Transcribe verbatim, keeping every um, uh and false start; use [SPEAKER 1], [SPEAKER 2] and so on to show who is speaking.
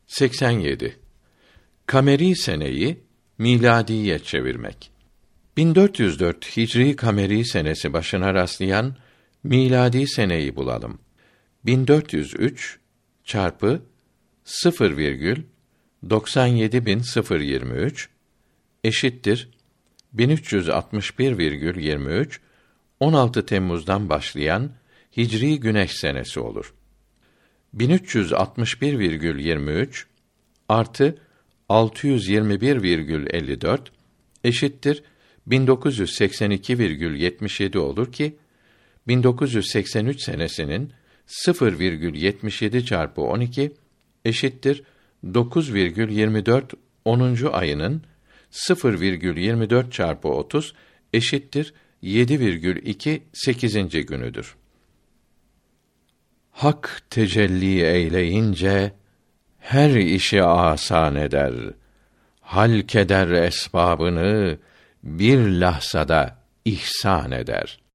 [SPEAKER 1] seksen yedi. Kameri seneyi miladiye çevirmek. bin dört yüz dört Hicri kameri senesi başına rastlayan miladi seneyi bulalım. bin dört yüz üç çarpı sıfır virgül doksan yedi bin yirmi üç eşittir bin üç yüz altmış bir virgül yirmi üç on altı Temmuz'dan başlayan Hicri güneş senesi olur. bin üç yüz altmış bir virgül yirmi üç artı altı yüz yirmi bir virgül elli dört eşittir bin dokuz yüz seksen iki virgül yetmiş yedi olur ki bin dokuz yüz seksen üç senesinin sıfır virgül yetmiş yedi çarpı on iki eşittir dokuz virgül yirmi dört onuncu ayının sıfır virgül yirmi dört çarpı otuz eşittir yedi virgül iki sekizinci günüdür. Hak tecelli eyleyince her işi asan eder. Hal keder esbabını bir lahzada ihsan eder.